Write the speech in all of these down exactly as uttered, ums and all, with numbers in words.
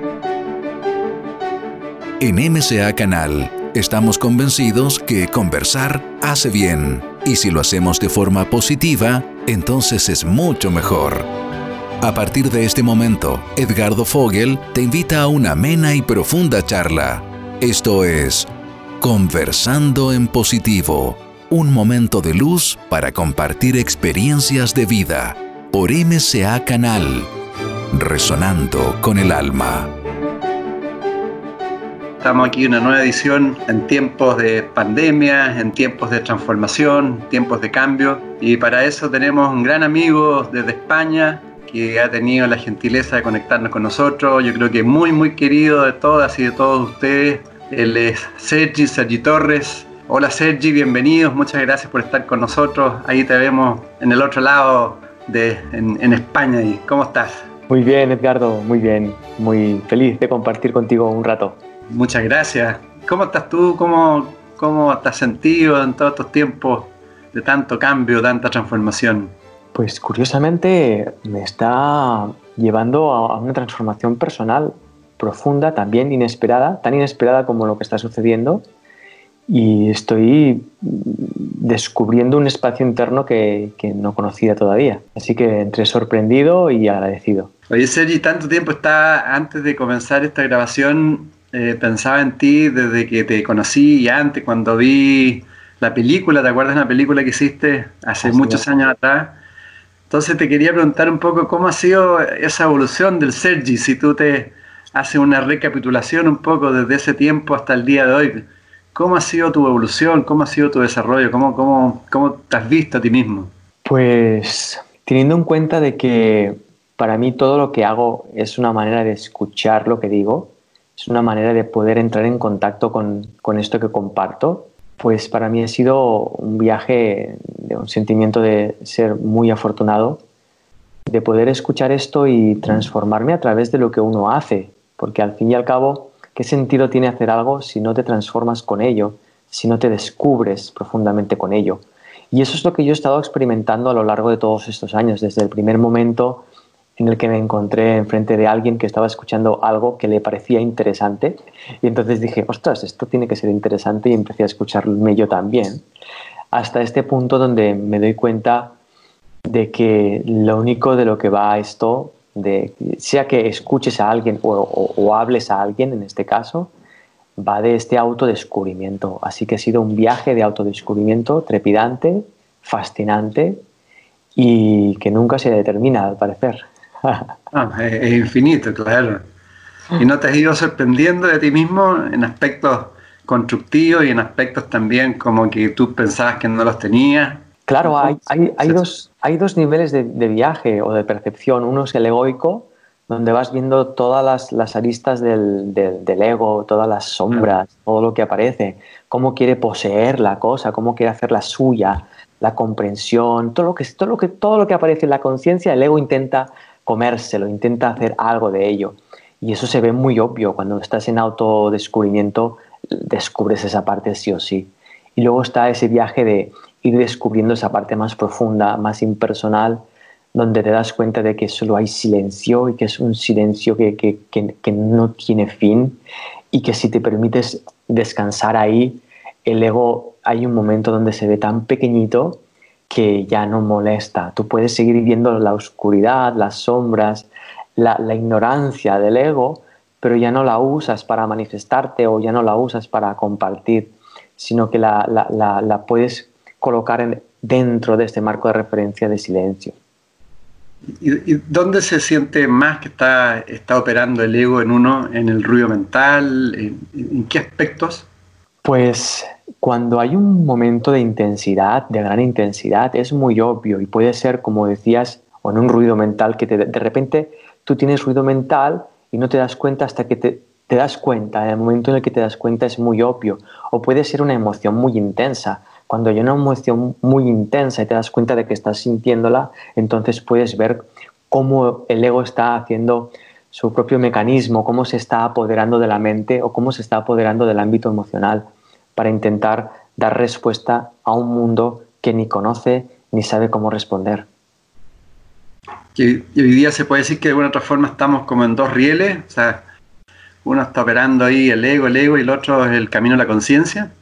En M C A Canal estamos convencidos que conversar hace bien, y si lo hacemos de forma positiva, entonces es mucho mejor. A partir de este momento, Edgardo Fogel te invita a una amena y profunda charla. Esto es Conversando en Positivo, un momento de luz para compartir experiencias de vida por M C A Canal, resonando con el alma. Estamos aquí en una nueva edición en tiempos de pandemia, en tiempos de transformación, tiempos de cambio. Y para eso tenemos un gran amigo desde España que ha tenido la gentileza de conectarnos con nosotros. Yo creo que muy, muy querido de todas y de todos ustedes. Él es Sergi, Sergi Torres. Hola Sergi, bienvenidos. Muchas gracias por estar con nosotros. Ahí te vemos en el otro lado, de, en, en España. ¿Cómo estás? Muy bien, Edgardo, muy bien. Muy feliz de compartir contigo un rato. Muchas gracias. ¿Cómo estás tú? ¿Cómo, cómo te has sentido en todos estos tiempos de tanto cambio, tanta transformación? Pues curiosamente me está llevando a una transformación personal profunda, también inesperada, tan inesperada como lo que está sucediendo, y estoy descubriendo un espacio interno que, que no conocía todavía. Así que entre sorprendido y agradecido. Oye, Sergi, tanto tiempo está antes de comenzar esta grabación. Eh, pensaba en ti desde que te conocí y antes, cuando vi la película. ¿Te acuerdas de una película que hiciste hace Así muchos es. años atrás? Entonces te quería preguntar un poco cómo ha sido esa evolución del Sergi, si tú te haces una recapitulación un poco desde ese tiempo hasta el día de hoy. ¿Cómo ha sido tu evolución? ¿Cómo ha sido tu desarrollo? ¿Cómo, cómo, cómo te has visto a ti mismo? Pues teniendo en cuenta de que para mí todo lo que hago es una manera de escuchar lo que digo, es una manera de poder entrar en contacto con, con esto que comparto, pues para mí ha sido un viaje de un sentimiento de ser muy afortunado, de poder escuchar esto y transformarme a través de lo que uno hace, porque al fin y al cabo, ¿qué sentido tiene hacer algo si no te transformas con ello, si no te descubres profundamente con ello? Y eso es lo que yo he estado experimentando a lo largo de todos estos años, desde el primer momento en el que me encontré enfrente de alguien que estaba escuchando algo que le parecía interesante, y entonces dije, ostras, esto tiene que ser interesante, y empecé a escucharme yo también, hasta este punto donde me doy cuenta de que lo único de lo que va esto, de, sea que escuches a alguien o, o, o hables a alguien en este caso, va de este autodescubrimiento. Así que ha sido un viaje de autodescubrimiento trepidante, fascinante, y que nunca se determina, al parecer. Ah, es, es infinito, claro. ¿Y no te has ido sorprendiendo de ti mismo en aspectos constructivos y en aspectos también como que tú pensabas que no los tenías? Claro, hay, hay, hay, dos, hay dos niveles de, de viaje o de percepción. Uno es el egoico, donde vas viendo todas las, las aristas del, del, del ego, todas las sombras, todo lo que aparece, cómo quiere poseer la cosa, cómo quiere hacerla suya, la comprensión, todo lo que, todo lo que, todo lo que aparece en la conciencia, el ego intenta comérselo, intenta hacer algo de ello. Y eso se ve muy obvio. Cuando estás en autodescubrimiento, descubres esa parte sí o sí. Y luego está ese viaje de ir descubriendo esa parte más profunda, más impersonal, donde te das cuenta de que solo hay silencio, y que es un silencio que, que, que, que no tiene fin, y que si te permites descansar ahí, el ego, hay un momento donde se ve tan pequeñito que ya no molesta. Tú puedes seguir viendo la oscuridad, las sombras, la, la ignorancia del ego, pero ya no la usas para manifestarte o ya no la usas para compartir, sino que la, la, la, la puedes colocar en, dentro de este marco de referencia de silencio. ¿Y, y dónde se siente más que está, está operando el ego en uno? ¿En el ruido mental? ¿En, en qué aspectos? Pues cuando hay un momento de intensidad, de gran intensidad, es muy obvio, y puede ser, como decías, o en un ruido mental, que te, de repente tú tienes ruido mental y no te das cuenta hasta que te, te das cuenta. En el momento en el que te das cuenta es muy obvio. O puede ser una emoción muy intensa. Cuando hay una emoción muy intensa y te das cuenta de que estás sintiéndola, entonces puedes ver cómo el ego está haciendo su propio mecanismo, cómo se está apoderando de la mente o cómo se está apoderando del ámbito emocional para intentar dar respuesta a un mundo que ni conoce ni sabe cómo responder. Y hoy día se puede decir que de alguna otra forma estamos como en dos rieles, o sea, uno está operando ahí el ego, el ego, y el otro es el camino a la conciencia.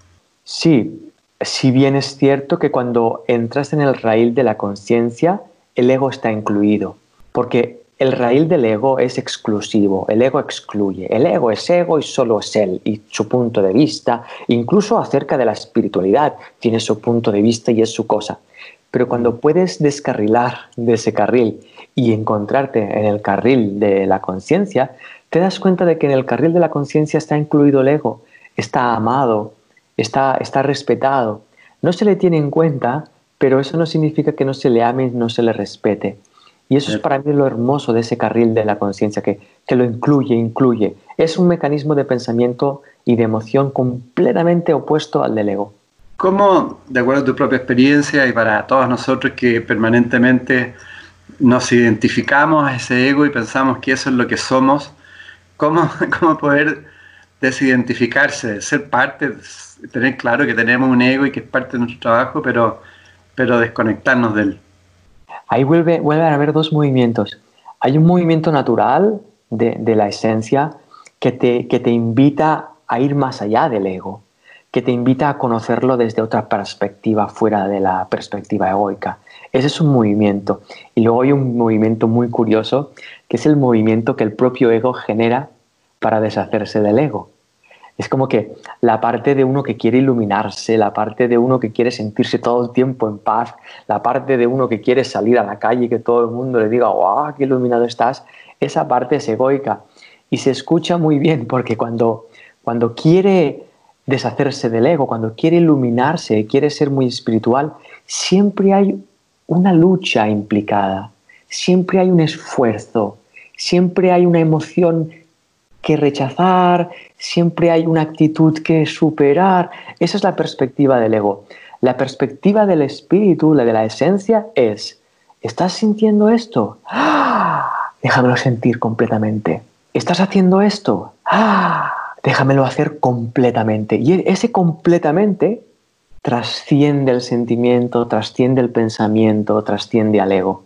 Sí, si bien es cierto que cuando entras en el raíl de la conciencia, el ego está incluido, porque el raíl del ego es exclusivo, el ego excluye, el ego es ego y solo es él, y su punto de vista, incluso acerca de la espiritualidad, tiene su punto de vista y es su cosa. Pero cuando puedes descarrilar de ese carril y encontrarte en el carril de la conciencia, te das cuenta de que en el carril de la conciencia está incluido el ego, está amado, está, está respetado. No se le tiene en cuenta, pero eso no significa que no se le ame y no se le respete. Y eso es para mí lo hermoso de ese carril de la conciencia, que, que lo incluye, incluye. Es un mecanismo de pensamiento y de emoción completamente opuesto al del ego. ¿Cómo, de acuerdo a tu propia experiencia y para todos nosotros que permanentemente nos identificamos a ese ego y pensamos que eso es lo que somos, cómo, cómo poder desidentificarse, ser parte, tener claro que tenemos un ego y que es parte de nuestro trabajo, pero, pero desconectarnos de él? Ahí vuelve, vuelven a haber dos movimientos. Hay un movimiento natural de, de la esencia que te, que te invita a ir más allá del ego, que te invita a conocerlo desde otra perspectiva fuera de la perspectiva egoica. Ese es un movimiento. Y luego hay un movimiento muy curioso, que es el movimiento que el propio ego genera para deshacerse del ego. Es como que la parte de uno que quiere iluminarse, la parte de uno que quiere sentirse todo el tiempo en paz, la parte de uno que quiere salir a la calle y que todo el mundo le diga ¡guau, qué iluminado estás! Esa parte es egoica. Y se escucha muy bien porque cuando, cuando quiere deshacerse del ego, cuando quiere iluminarse, quiere ser muy espiritual, siempre hay una lucha implicada, siempre hay un esfuerzo, siempre hay una emoción que rechazar, siempre hay una actitud que superar. Esa es la perspectiva del ego. La perspectiva del espíritu, la de la esencia, es: ¿estás sintiendo esto? ¡Ah! Déjamelo sentir completamente. ¿Estás haciendo esto? ¡Ah! Déjamelo hacer completamente. Y ese completamente trasciende el sentimiento, trasciende el pensamiento, trasciende al ego.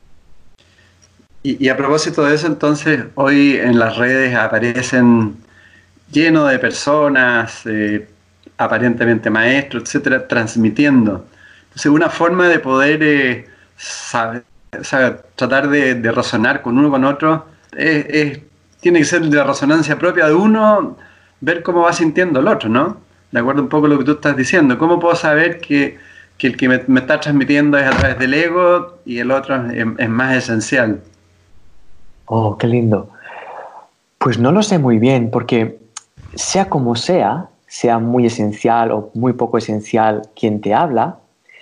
Y, y a propósito de eso, entonces, hoy en las redes aparecen lleno de personas, eh, aparentemente maestros, etcétera, transmitiendo. Entonces, una forma de poder eh, saber, saber, tratar de, de razonar con uno con otro es, es, tiene que ser de resonancia propia de uno, ver cómo va sintiendo el otro, ¿no? De acuerdo un poco a lo que tú estás diciendo. ¿Cómo puedo saber que, que el que me, me está transmitiendo es a través del ego y el otro es, es más esencial? Oh, qué lindo. Pues no lo sé muy bien, porque sea como sea, sea muy esencial o muy poco esencial quien te habla,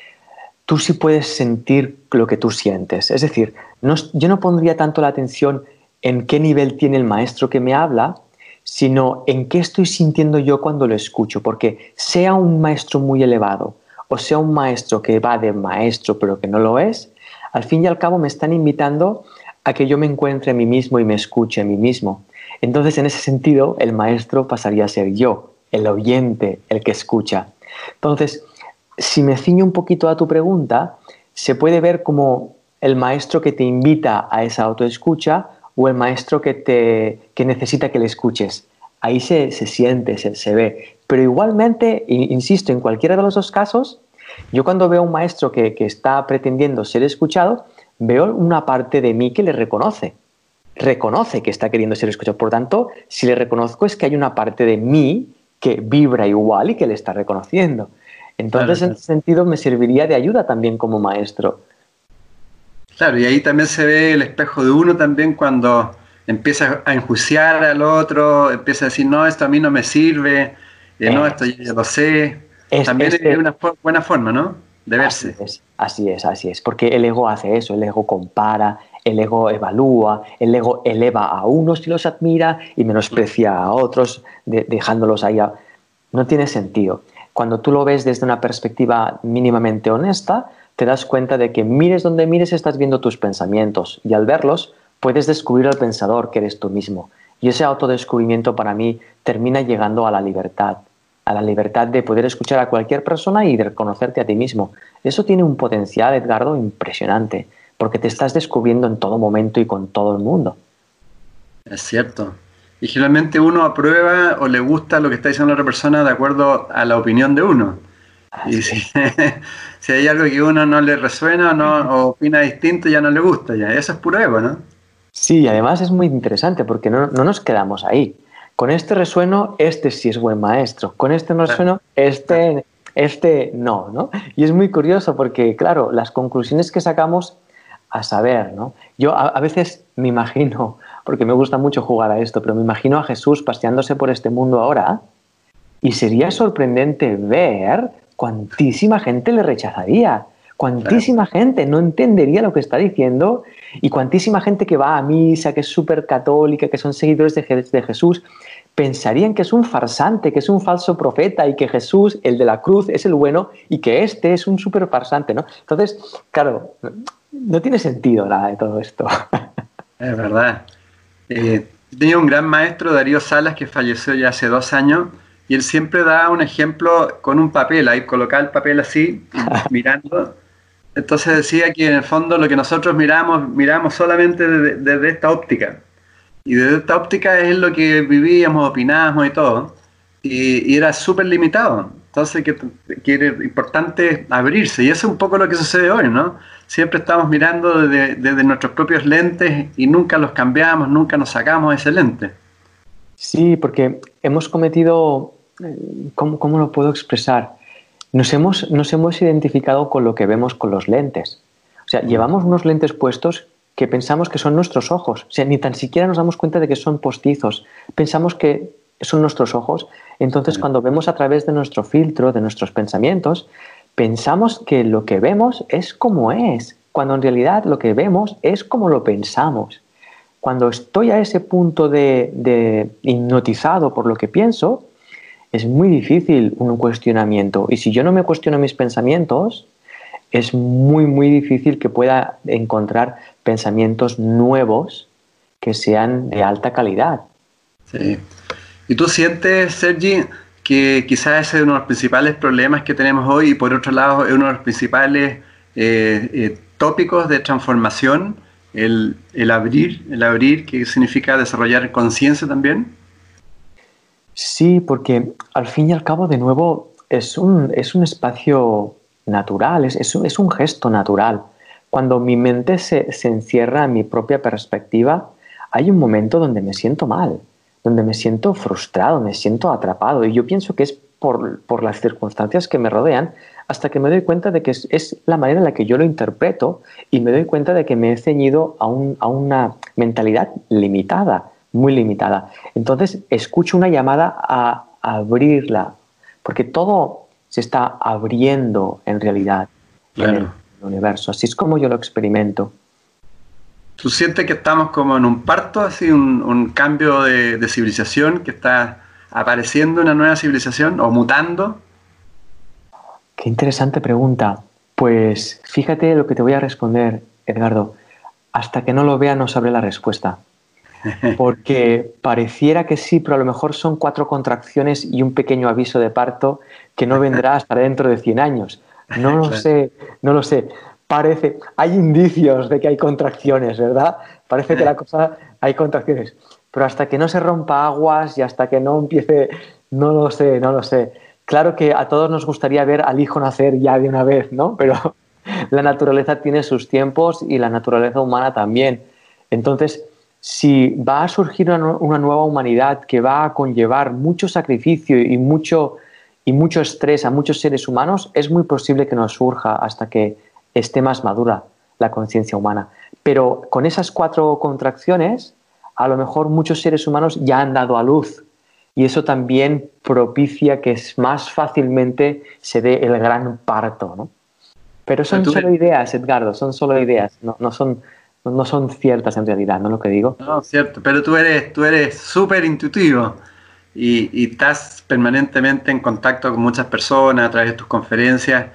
tú sí puedes sentir lo que tú sientes. Es decir, no, yo no pondría tanto la atención en qué nivel tiene el maestro que me habla, sino en qué estoy sintiendo yo cuando lo escucho, porque sea un maestro muy elevado o sea un maestro que va de maestro pero que no lo es, al fin y al cabo me están invitando a que yo me encuentre a mí mismo y me escuche a mí mismo. Entonces, en ese sentido, el maestro pasaría a ser yo, el oyente, el que escucha. Entonces, si me ciño un poquito a tu pregunta, se puede ver como el maestro que te invita a esa autoescucha o el maestro que, te, que necesita que le escuches. Ahí se, se siente, se, se ve. Pero igualmente, insisto, en cualquiera de los dos casos, yo cuando veo a un maestro que, que está pretendiendo ser escuchado, veo una parte de mí que le reconoce. Reconoce que está queriendo ser escuchado. Por tanto, si le reconozco es que hay una parte de mí que vibra igual y que le está reconociendo. Entonces, claro, en ese sentido, me serviría de ayuda también como maestro. Claro, y ahí también se ve el espejo de uno también cuando empieza a enjuiciar al otro, empieza a decir, no, esto a mí no me sirve, eh, no, esto ya lo sé. Es, también es, es una for- buena forma, ¿no?, de verse. Así es, así es, así es, porque el ego hace eso, el ego compara, el ego evalúa, el ego eleva a unos y los admira y menosprecia a otros, de, dejándolos ahí. A... No tiene sentido. Cuando tú lo ves desde una perspectiva mínimamente honesta, te das cuenta de que mires donde mires estás viendo tus pensamientos y al verlos puedes descubrir al pensador que eres tú mismo. Y ese autodescubrimiento para mí termina llegando a la libertad. A la libertad de poder escuchar a cualquier persona y de reconocerte a ti mismo. Eso tiene un potencial, Edgardo, impresionante, porque te estás descubriendo en todo momento y con todo el mundo. Es cierto. y generalmente uno aprueba o le gusta lo que está diciendo la otra persona de acuerdo a la opinión de uno. Y si, si hay algo que uno no le resuena o, no, o opina distinto, ya no le gusta. Ya. Eso es puro ego, ¿no? Sí, además es muy interesante porque no, no nos quedamos ahí. Con este resueno, este sí es buen maestro. Con este no resueno, este, este no, ¿no? Y es muy curioso porque, claro, las conclusiones que sacamos a saber, ¿no? Yo a, a veces me imagino, porque me gusta mucho jugar a esto, pero me imagino a Jesús paseándose por este mundo ahora y sería sorprendente ver cuantísima gente le rechazaría, cuantísima claro. gente no entendería lo que está diciendo y cuantísima gente que va a misa, que es súper católica, que son seguidores de, de Jesús, pensarían que es un farsante, que es un falso profeta y que Jesús, el de la cruz, es el bueno y que este es un súper farsante, ¿no? Entonces, claro, no tiene sentido nada de todo esto. Es verdad. Eh, tenía un gran maestro, Darío Salas, que falleció ya hace dos años, y él siempre da un ejemplo con un papel, ahí colocaba el papel así, mirando. Entonces decía que en el fondo lo que nosotros miramos, miramos solamente desde, desde esta óptica. Y desde esta óptica es lo que vivíamos, opinábamos y todo. Y, y era súper limitado. Entonces que, que era importante abrirse. Y eso es un poco lo que sucede hoy, ¿no? Siempre estamos mirando desde, desde nuestros propios lentes y nunca los cambiamos, nunca nos sacamos ese lente. Sí, porque hemos cometido... ¿Cómo, cómo lo puedo expresar? Nos hemos, nos hemos identificado con lo que vemos con los lentes. O sea, llevamos unos lentes puestos que pensamos que son nuestros ojos. O sea, ni tan siquiera nos damos cuenta de que son postizos. Pensamos que son nuestros ojos. Entonces, cuando vemos a través de nuestro filtro, de nuestros pensamientos, pensamos que lo que vemos es como es, cuando en realidad lo que vemos es como lo pensamos. Cuando estoy a ese punto de, de hipnotizado por lo que pienso, es muy difícil un cuestionamiento. Y si yo no me cuestiono mis pensamientos, es muy, muy difícil que pueda encontrar pensamientos nuevos que sean de alta calidad. Sí. ¿Y tú sientes, Sergi, que quizás ese es uno de los principales problemas que tenemos hoy y por otro lado es uno de los principales eh, eh, tópicos de transformación, el, el abrir, el abrir, que significa desarrollar conciencia también? Sí, porque al fin y al cabo, de nuevo, es un, es un espacio natural, es, es, un, es un gesto natural. Cuando mi mente se, se encierra en mi propia perspectiva, hay un momento donde me siento mal, donde me siento frustrado, me siento atrapado. Y yo pienso que es por, por las circunstancias que me rodean, hasta que me doy cuenta de que es, es la manera en la que yo lo interpreto y me doy cuenta de que me he ceñido a, un, a una mentalidad limitada, muy limitada. Entonces escucho una llamada a abrirla, porque todo se está abriendo en realidad claro. en el universo. Así es como yo lo experimento. ¿Tú sientes que estamos como en un parto, así un, un cambio de, de civilización, que está apareciendo una nueva civilización o mutando? Qué interesante pregunta. Pues fíjate lo que te voy a responder, Edgardo. Hasta que no lo vea no sabré la respuesta. Porque pareciera que sí, pero a lo mejor son cuatro contracciones y un pequeño aviso de parto que no vendrá hasta dentro de cien años. No lo sé, no lo sé. Parece, hay indicios de que hay contracciones, ¿verdad? Parece que la cosa, hay contracciones. Pero hasta que no se rompa aguas y hasta que no empiece, no lo sé, no lo sé. Claro que a todos nos gustaría ver al hijo nacer ya de una vez, ¿no? Pero la naturaleza tiene sus tiempos y la naturaleza humana también. Entonces, si va a surgir una, una nueva humanidad que va a conllevar mucho sacrificio y mucho, y mucho estrés a muchos seres humanos, es muy posible que no surja hasta que esté más madura la conciencia humana. Pero con esas cuatro contracciones, a lo mejor muchos seres humanos ya han dado a luz y eso también propicia que más fácilmente se dé el gran parto, ¿no? Pero son Pero solo ideas, Edgardo, son solo ideas, no, no son... no son ciertas en realidad, ¿no? Lo que digo. No, cierto, pero tú eres tú eres súper intuitivo y, y estás permanentemente en contacto con muchas personas a través de tus conferencias.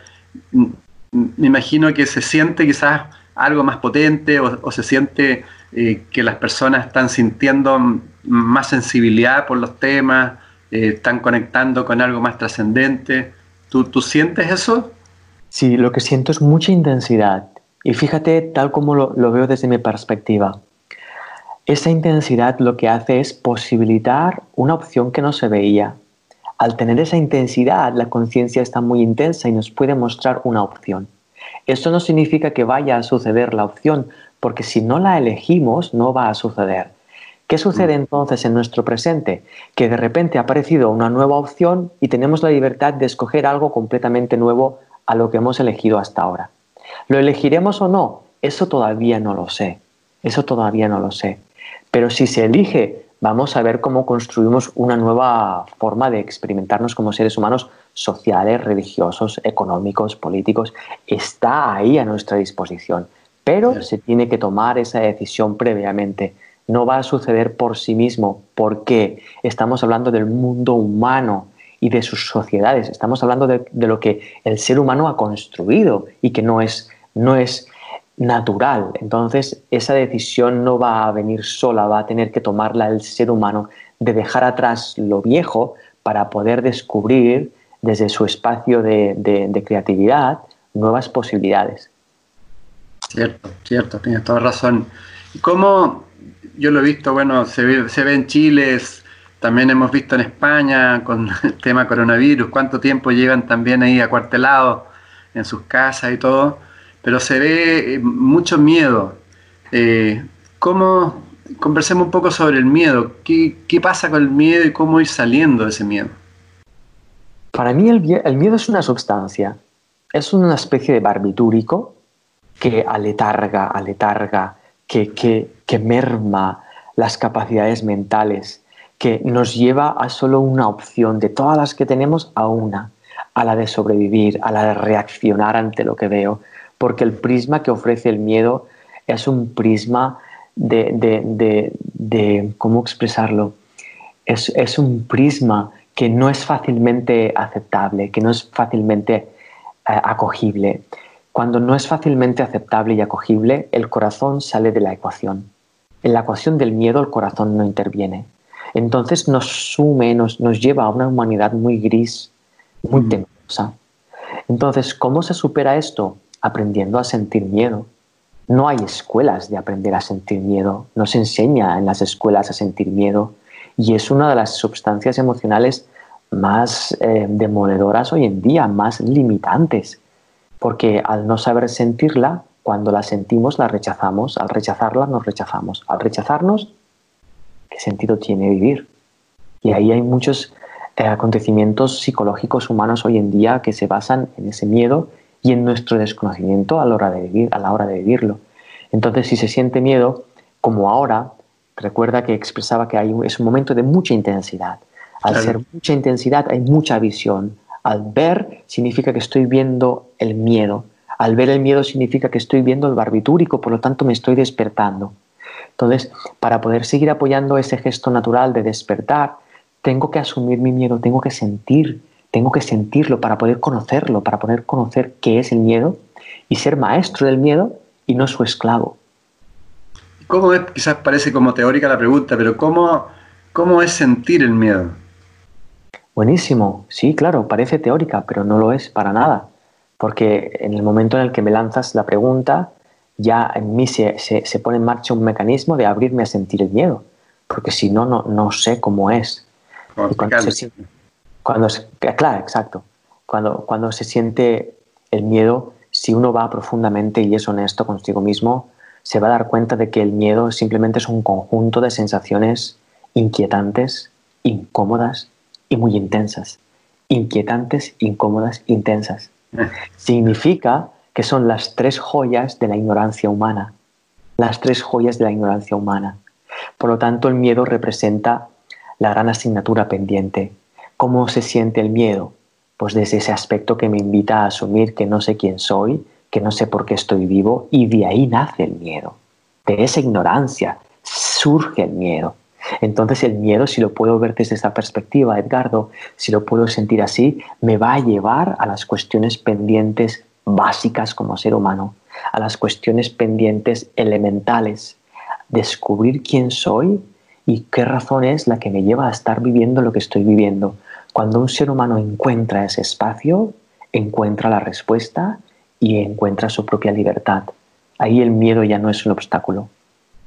Me imagino que se siente quizás algo más potente o, o se siente eh, que las personas están sintiendo más sensibilidad por los temas, eh, están conectando con algo más trascendente. ¿Tú, ¿Tú sientes eso? Sí, lo que siento es mucha intensidad. Y fíjate, tal como lo, lo veo desde mi perspectiva, Esa intensidad lo que hace es posibilitar una opción que no se veía. Al tener esa intensidad, la conciencia está muy intensa y nos puede mostrar una opción. Esto no significa que vaya a suceder la opción, porque si no la elegimos, no va a suceder. ¿Qué sucede entonces en nuestro presente? Que de repente ha aparecido una nueva opción y tenemos la libertad de escoger algo completamente nuevo a lo que hemos elegido hasta ahora. ¿Lo elegiremos o no? Eso todavía no lo sé. Eso todavía no lo sé. Pero si se elige, vamos a ver cómo construimos una nueva forma de experimentarnos como seres humanos sociales, religiosos, económicos, políticos. Está ahí a nuestra disposición. Pero sí, se tiene que tomar esa decisión previamente. No va a suceder por sí mismo, porque estamos hablando del mundo humano y de sus sociedades. Estamos hablando de, de lo que el ser humano ha construido y que no es, no es natural. Entonces, esa decisión no va a venir sola, va a tener que tomarla el ser humano, de dejar atrás lo viejo para poder descubrir desde su espacio de, de, de creatividad nuevas posibilidades. Cierto, cierto, tienes toda razón. ¿Y cómo? Yo lo he visto, bueno, se ve, se ve en Chile, también hemos visto en España con el tema coronavirus, cuánto tiempo llevan también ahí acuartelados en sus casas y todo, pero se ve mucho miedo. Eh, ¿Cómo? Conversemos un poco sobre el miedo. ¿Qué, qué pasa con el miedo y cómo ir saliendo de ese miedo? Para mí el, el miedo es una sustancia, es una especie de barbitúrico que aletarga, aletarga, que, que, que merma las capacidades mentales, que nos lleva a solo una opción de todas las que tenemos a una, a la de sobrevivir, a la de reaccionar ante lo que veo, porque el prisma que ofrece el miedo es un prisma de, de, de, de ¿cómo expresarlo? Es, es un prisma que no es fácilmente aceptable, que no es fácilmente eh, acogible. Cuando no es fácilmente aceptable y acogible, el corazón sale de la ecuación. En la ecuación del miedo el corazón no interviene. Entonces nos sume, nos, nos lleva a una humanidad muy gris, muy mm. temerosa. Entonces, ¿cómo se supera esto? Aprendiendo a sentir miedo. No hay escuelas de aprender a sentir miedo. No se enseña en las escuelas a sentir miedo. Y es una de las sustancias emocionales más eh, demoledoras hoy en día, más limitantes. Porque al no saber sentirla, cuando la sentimos la rechazamos, al rechazarla nos rechazamos. Al rechazarnos, ¿qué sentido tiene vivir? Y ahí hay muchos eh, acontecimientos psicológicos humanos hoy en día que se basan en ese miedo y en nuestro desconocimiento a la hora de vivir, a la hora de vivirlo. Entonces, si se siente miedo, como ahora, recuerda que expresaba que hay un, es un momento de mucha intensidad. Al claro. ser mucha intensidad hay mucha visión. Al ver significa que estoy viendo el miedo. Al ver el miedo significa que estoy viendo el barbitúrico, por lo tanto me estoy despertando. Entonces, para poder seguir apoyando ese gesto natural de despertar, tengo que asumir mi miedo, tengo que sentir, tengo que sentirlo para poder conocerlo, para poder conocer qué es el miedo y ser maestro del miedo y no su esclavo. ¿Cómo es? Quizás parece como teórica la pregunta, pero ¿cómo, cómo es sentir el miedo? Buenísimo, sí, claro, parece teórica, pero no lo es para nada, porque en el momento en el que me lanzas la pregunta, ya en mí se, se, se pone en marcha un mecanismo de abrirme a sentir el miedo, porque si no, no, no sé cómo es. Y cuando se, cuando se, claro, exacto. Cuando, cuando se siente el miedo, si uno va profundamente y es honesto consigo mismo, se va a dar cuenta de que el miedo simplemente es un conjunto de sensaciones inquietantes, incómodas y muy intensas. Inquietantes, incómodas, intensas. Significa que son las tres joyas de la ignorancia humana. Las tres joyas de la ignorancia humana. Por lo tanto, el miedo representa la gran asignatura pendiente. ¿Cómo se siente el miedo? Pues desde ese aspecto que me invita a asumir que no sé quién soy, que no sé por qué estoy vivo, y de ahí nace el miedo. De esa ignorancia surge el miedo. Entonces el miedo, si lo puedo ver desde esa perspectiva, Edgardo, si lo puedo sentir así, me va a llevar a las cuestiones pendientes básicas como ser humano, a las cuestiones pendientes elementales, descubrir quién soy y qué razón es la que me lleva a estar viviendo lo que estoy viviendo. Cuando un ser humano encuentra ese espacio, encuentra la respuesta y encuentra su propia libertad. Ahí el miedo ya no es un obstáculo.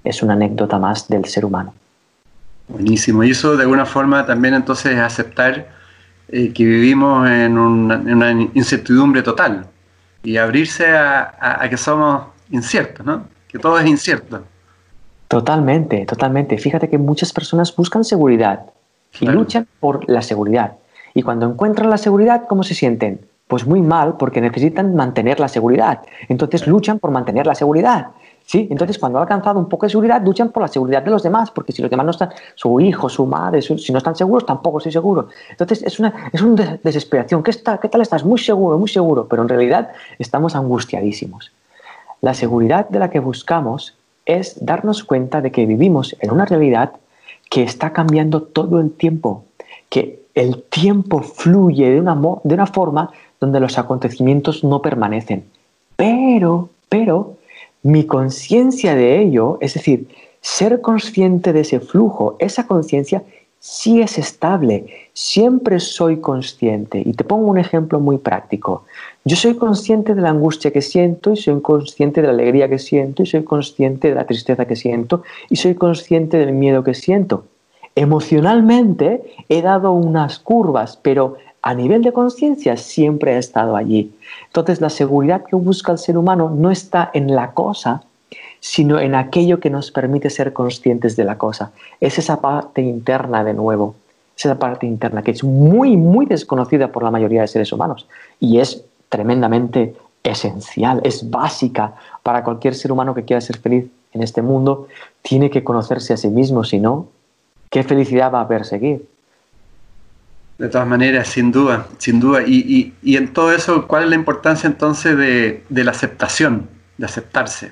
es una anécdota más del ser humano. Buenísimo. Y eso de alguna forma también entonces es aceptar eh, que vivimos en una, en una incertidumbre total y abrirse a, a, a que somos inciertos, ¿no? Que todo es incierto. Totalmente, totalmente. Fíjate que muchas personas buscan seguridad y Claro. luchan por la seguridad. Y cuando encuentran la seguridad, ¿cómo se sienten? Pues muy mal, porque necesitan mantener la seguridad. Entonces luchan por mantener la seguridad. ¿Sí? Entonces, cuando han alcanzado un poco de seguridad, luchan por la seguridad de los demás, porque si los demás no están, su hijo, su madre, su, si no están seguros, tampoco estoy seguro. Entonces, es una, es una desesperación. ¿Qué, está, ¿Qué tal estás? Muy seguro, muy seguro. Pero en realidad estamos angustiadísimos. La seguridad de la que buscamos es darnos cuenta de que vivimos en una realidad que está cambiando todo el tiempo, que el tiempo fluye de una, de una forma donde los acontecimientos no permanecen. Pero, pero, mi conciencia de ello, es decir, ser consciente de ese flujo, esa conciencia sí es estable, siempre soy consciente. Y te pongo un ejemplo muy práctico. Yo soy consciente de la angustia que siento y soy consciente de la alegría que siento y soy consciente de la tristeza que siento y soy consciente del miedo que siento. Emocionalmente he dado unas curvas, pero a nivel de conciencia siempre he estado allí. Entonces la seguridad que busca el ser humano no está en la cosa, sino en aquello que nos permite ser conscientes de la cosa. Es esa parte interna de nuevo, es esa parte interna que es muy, muy desconocida por la mayoría de seres humanos y es tremendamente esencial, es básica para cualquier ser humano que quiera ser feliz en este mundo. Tiene que conocerse a sí mismo, si no, ¿qué felicidad va a perseguir? De todas maneras, sin duda, sin duda. Y, y, y en todo eso, ¿cuál es la importancia entonces de, de la aceptación, de aceptarse?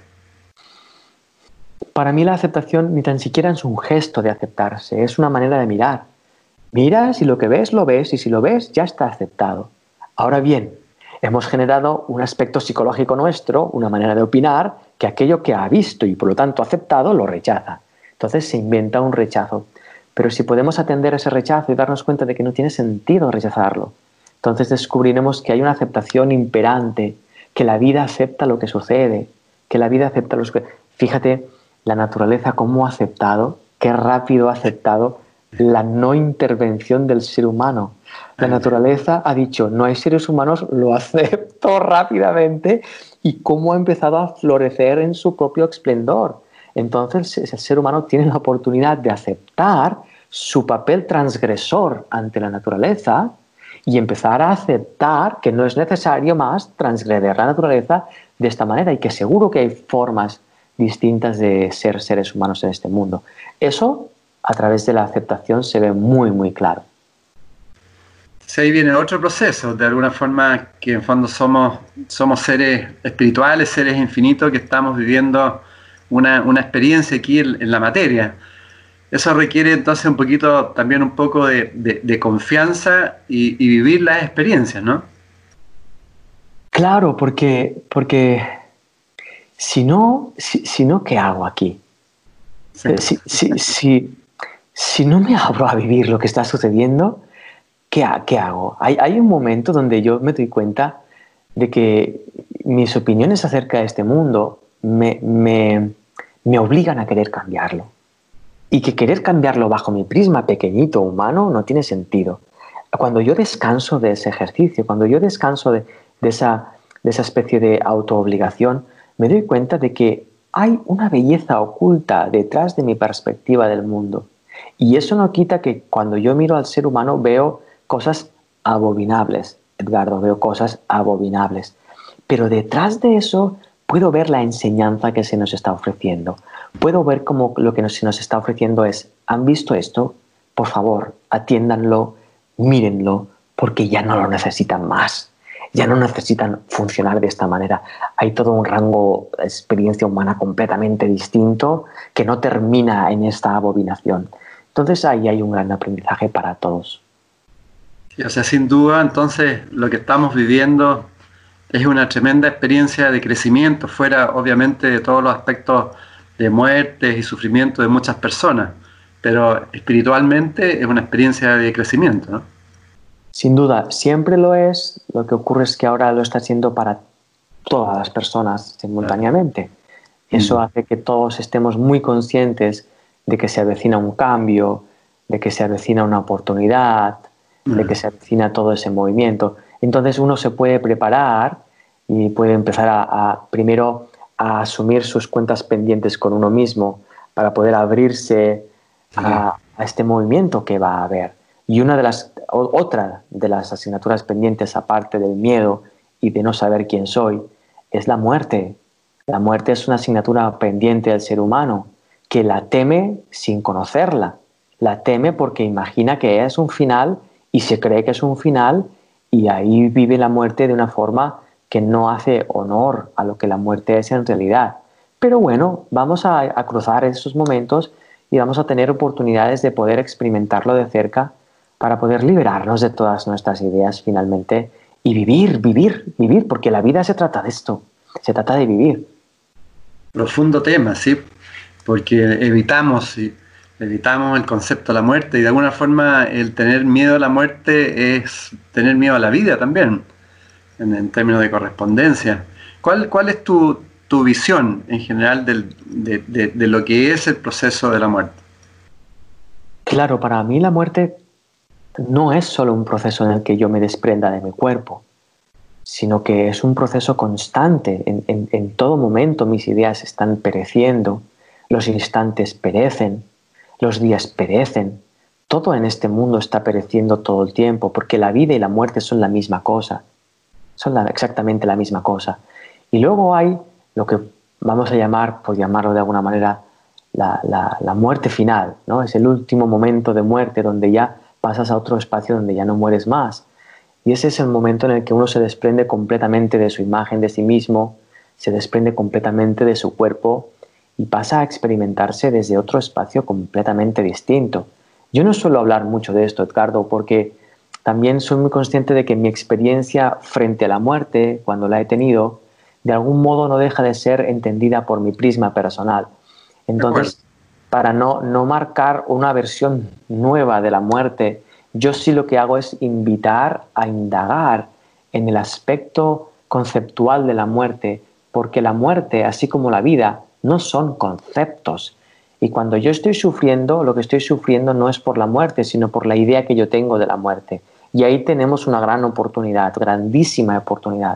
Para mí la aceptación ni tan siquiera es un gesto de aceptarse, es una manera de mirar. Miras y lo que ves, lo ves, y si lo ves, ya está aceptado. Ahora bien, hemos generado un aspecto psicológico nuestro, una manera de opinar, que aquello que ha visto y por lo tanto aceptado, lo rechaza. Entonces se inventa un rechazo. Pero si podemos atender ese rechazo y darnos cuenta de que no tiene sentido rechazarlo, entonces descubriremos que hay una aceptación imperante, que la vida acepta lo que sucede, que la vida acepta los que... Fíjate, la naturaleza cómo ha aceptado, qué rápido ha aceptado la no intervención del ser humano. La naturaleza ha dicho, no hay seres humanos, lo acepto rápidamente y cómo ha empezado a florecer en su propio esplendor. Entonces el ser humano tiene la oportunidad de aceptar su papel transgresor ante la naturaleza y empezar a aceptar que no es necesario más transgreder la naturaleza de esta manera y que seguro que hay formas distintas de ser seres humanos en este mundo. Eso a través de la aceptación se ve muy muy claro. Sí, ahí viene otro proceso, de alguna forma que en fondo somos, somos seres espirituales, seres infinitos que estamos viviendo Una, una experiencia aquí en, en la materia. Eso requiere entonces un poquito, también un poco de, de, de confianza y, y vivir las experiencias, ¿no? Claro, porque, porque si no, si, si no, ¿qué hago aquí? Sí. Si, si, si, si no me abro a vivir lo que está sucediendo, ¿qué, qué hago? Hay, hay un momento donde yo me doy cuenta de que mis opiniones acerca de este mundo me, me, me obligan a querer cambiarlo. Y que querer cambiarlo bajo mi prisma pequeñito humano no tiene sentido. Cuando yo descanso de ese ejercicio, cuando yo descanso de, de, esa, de esa especie de autoobligación, me doy cuenta de que hay una belleza oculta detrás de mi perspectiva del mundo. Y eso no quita que cuando yo miro al ser humano veo cosas abominables. Edgardo, veo cosas abominables. Pero detrás de eso puedo ver la enseñanza que se nos está ofreciendo. Puedo ver cómo lo que se nos está ofreciendo es, ¿han visto esto? Por favor, atiéndanlo, mírenlo, porque ya no lo necesitan más. Ya no necesitan funcionar de esta manera. Hay todo un rango de experiencia humana completamente distinto que no termina en esta abominación. Entonces ahí hay un gran aprendizaje para todos. O sea, sin duda, entonces, lo que estamos viviendo es una tremenda experiencia de crecimiento, fuera, obviamente, de todos los aspectos de muertes y sufrimiento de muchas personas, pero espiritualmente es una experiencia de crecimiento, ¿no? Sin duda, siempre lo es. Lo que ocurre es que ahora lo está haciendo para todas las personas simultáneamente. Eso hace que todos estemos muy conscientes de que se avecina un cambio, de que se avecina una oportunidad, mm. de que se avecina todo ese movimiento. Entonces uno se puede preparar y puede empezar a, a primero a asumir sus cuentas pendientes con uno mismo para poder abrirse sí. a, a este movimiento que va a haber. Y una de las, otra de las asignaturas pendientes, aparte del miedo y de no saber quién soy, es la muerte. La muerte es una asignatura pendiente del ser humano que la teme sin conocerla. La teme porque imagina que es un final y se cree que es un final y ahí vive la muerte de una forma que no hace honor a lo que la muerte es en realidad. Pero bueno, vamos a, a cruzar esos momentos y vamos a tener oportunidades de poder experimentarlo de cerca para poder liberarnos de todas nuestras ideas finalmente y vivir, vivir, vivir, porque la vida se trata de esto, se trata de vivir. Profundo tema, sí, porque evitamos, evitamos el concepto de la muerte y de alguna forma el tener miedo a la muerte es tener miedo a la vida también, en, en términos de correspondencia. ¿Cuál, cuál es tu, tu visión en general del, de, de, de lo que es el proceso de la muerte? Claro, para mí la muerte no es solo un proceso en el que yo me desprenda de mi cuerpo, sino que es un proceso constante. En, en, en todo momento mis ideas están pereciendo, los instantes perecen, los días perecen, todo en este mundo está pereciendo todo el tiempo, porque la vida y la muerte son la misma cosa, son la, exactamente la misma cosa. Y luego hay lo que vamos a llamar, por llamarlo de alguna manera, la, la, la muerte final, ¿no? Es el último momento de muerte donde ya pasas a otro espacio donde ya no mueres más. Y ese es el momento en el que uno se desprende completamente de su imagen de sí mismo, se desprende completamente de su cuerpo y pasa a experimentarse desde otro espacio completamente distinto. Yo no suelo hablar mucho de esto, Edgardo, porque también soy muy consciente de que mi experiencia frente a la muerte, cuando la he tenido, de algún modo no deja de ser entendida por mi prisma personal. Entonces, para no, no marcar una versión nueva de la muerte, yo sí lo que hago es invitar a indagar en el aspecto conceptual de la muerte, porque la muerte, así como la vida, no son conceptos. Y cuando yo estoy sufriendo, lo que estoy sufriendo no es por la muerte, sino por la idea que yo tengo de la muerte. Y ahí tenemos una gran oportunidad, grandísima oportunidad.